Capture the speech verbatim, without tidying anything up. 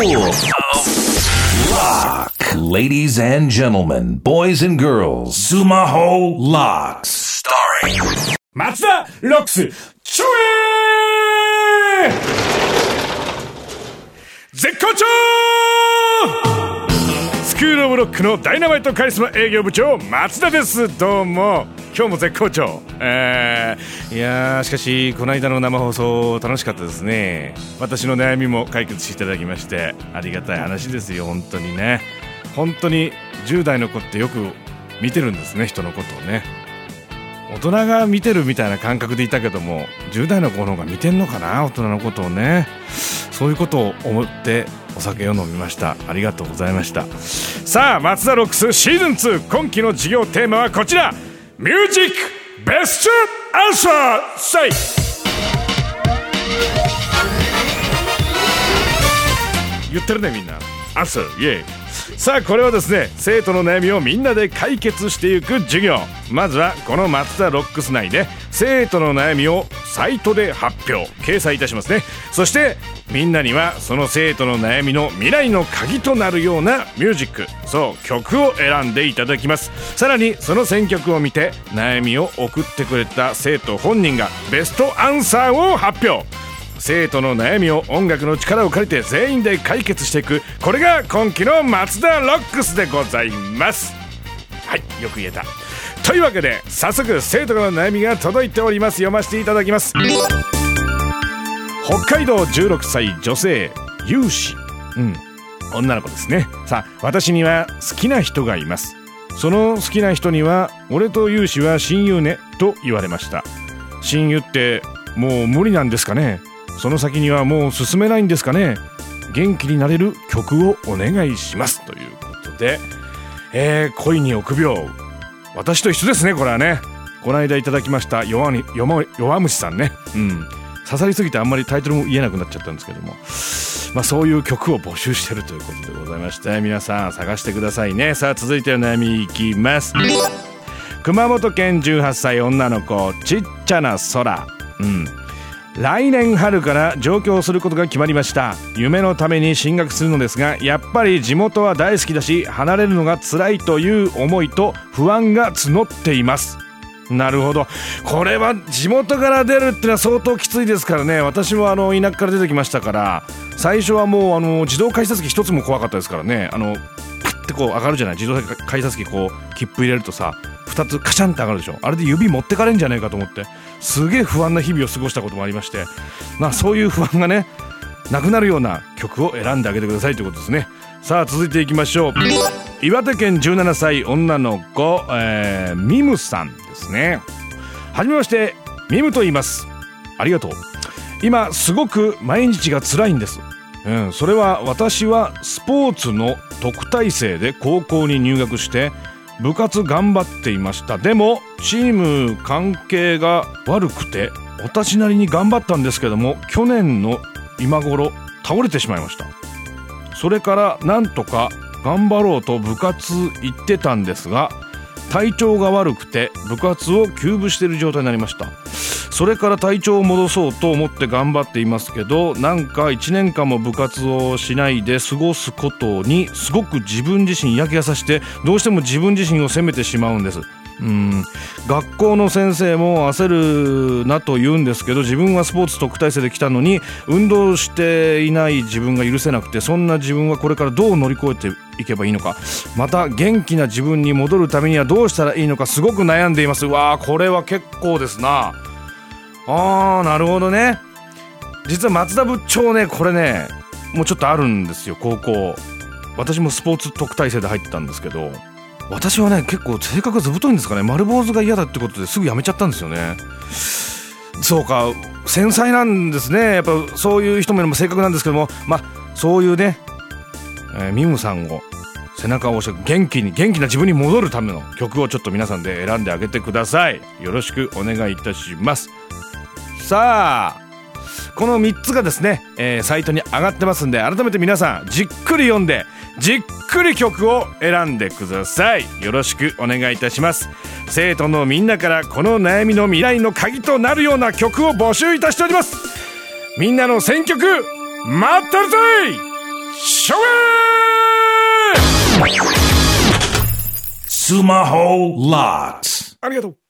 Lock. Ladies and gentlemen, boys and girls, Sumaho Locks. Starring 松田ロックスちょえ絶好調スクールオブロックのダイナマイトカリスマ営業部長松田です。どうも今日も絶好調。えー、いやーしかしこの間の生放送楽しかったですね。私の悩みも解決していただきましてありがたい話ですよ。本当にね、本当にじゅう代の子ってよく見てるんですね、人のことをね。大人が見てるみたいな感覚でいたけどもじゅう代の子の方が見てんのかな、大人のことをね。そういうことを思ってお酒を飲みました。ありがとうございました。さあ松田ロックスシーズンツー、今期の授業テーマはこちら、ミュージックベストアンサーセイ。言ってるねみんな。アンサーイエイ。さあこれはですね、生徒の悩みをみんなで解決していく授業。まずはこの松田ロックス内で生徒の悩みをサイトで発表掲載いたしますね。そしてみんなにはその生徒の悩みの未来の鍵となるようなミュージック、そう曲を選んでいただきます。さらにその選曲を見て悩みを送ってくれた生徒本人がベストアンサーを発表。生徒の悩みを音楽の力を借りて全員で解決していく、これが今期の松田ロックスでございます。はい、よく言えた。というわけで早速生徒の悩みが届いております。読ませていただきます。北海道じゅうろくさい女性、有志、うん、女の子ですね。さあ私には好きな人がいます。その好きな人には俺と有志は親友ねと言われました。親友ってもう無理なんですかね。その先にはもう進めないんですかね。元気になれる曲をお願いしますということで、えー、恋に臆病、私と一緒ですね。これはね、この間いただきました弱に弱弱虫さんね、うん、刺さりすぎてあんまりタイトルも言えなくなっちゃったんですけども、まあ、そういう曲を募集してるということでございまして、皆さん探してくださいね。さあ続いての悩みいきます。熊本県じゅうはっさい女の子、ちっちゃな空、うん、来年春から上京することが決まりました。夢のために進学するのですが、やっぱり地元は大好きだし離れるのが辛いという思いと不安が募っています。なるほど、これは地元から出るってのは相当きついですからね。私もあの田舎から出てきましたから、最初はもうあの自動改札機一つも怖かったですからね。あのパッてこう上がるじゃない、自動改札機、こう切符入れるとさふたつカシャンって上がるでしょ。あれで指持ってかれんじゃないかと思ってすげえ不安な日々を過ごしたこともありまして、まあそういう不安がねなくなるような曲を選んであげてくださいということですね。さあ続いていきましょう。岩手県じゅうななさい女の子、えー、ミムさんですね。はじめまして、ミムと言います。ありがとう。今すごく毎日が辛いんです、うん、それは私はスポーツの特待生で高校に入学して部活頑張っていました。でもチーム関係が悪くて私なりに頑張ったんですけども、去年の今頃倒れてしまいました。それからなんとか頑張ろうと部活行ってたんですが、体調が悪くて部活を休部している状態になりました。それから体調を戻そうと思って頑張っていますけど、なんかいちねんかんも部活をしないで過ごすことにすごく自分自身嫌気がさして、どうしても自分自身を責めてしまうんです。うーん学校の先生も焦るなと言うんですけど、自分はスポーツ特待生で来たのに運動していない自分が許せなくて、そんな自分はこれからどう乗り越えていけばいいのか、また元気な自分に戻るためにはどうしたらいいのかすごく悩んでいます。わー、これは結構ですな。あー、なるほどね。実は松田部長ね、これねもうちょっとあるんですよ。高校私もスポーツ特待生で入ってたんですけど、私はね結構性格がずぶといんですかね。丸坊主が嫌だってことですぐ辞めちゃったんですよね。そうか、繊細なんですね。やっぱそういう人もいる性格なんですけども、まあそういうね、えー、ミムさんを背中を押して元気に元気な自分に戻るための曲をちょっと皆さんで選んであげてください。よろしくお願いいたします。さあこのみっつがですね、えー、サイトに上がってますんで、改めて皆さんじっくり読んでじっくり曲を選んでください。よろしくお願いいたします。生徒のみんなからこの悩みの未来の鍵となるような曲を募集いたしております。みんなの選曲待ってるぜ。 勝負スマホ Locks。 ありがとう。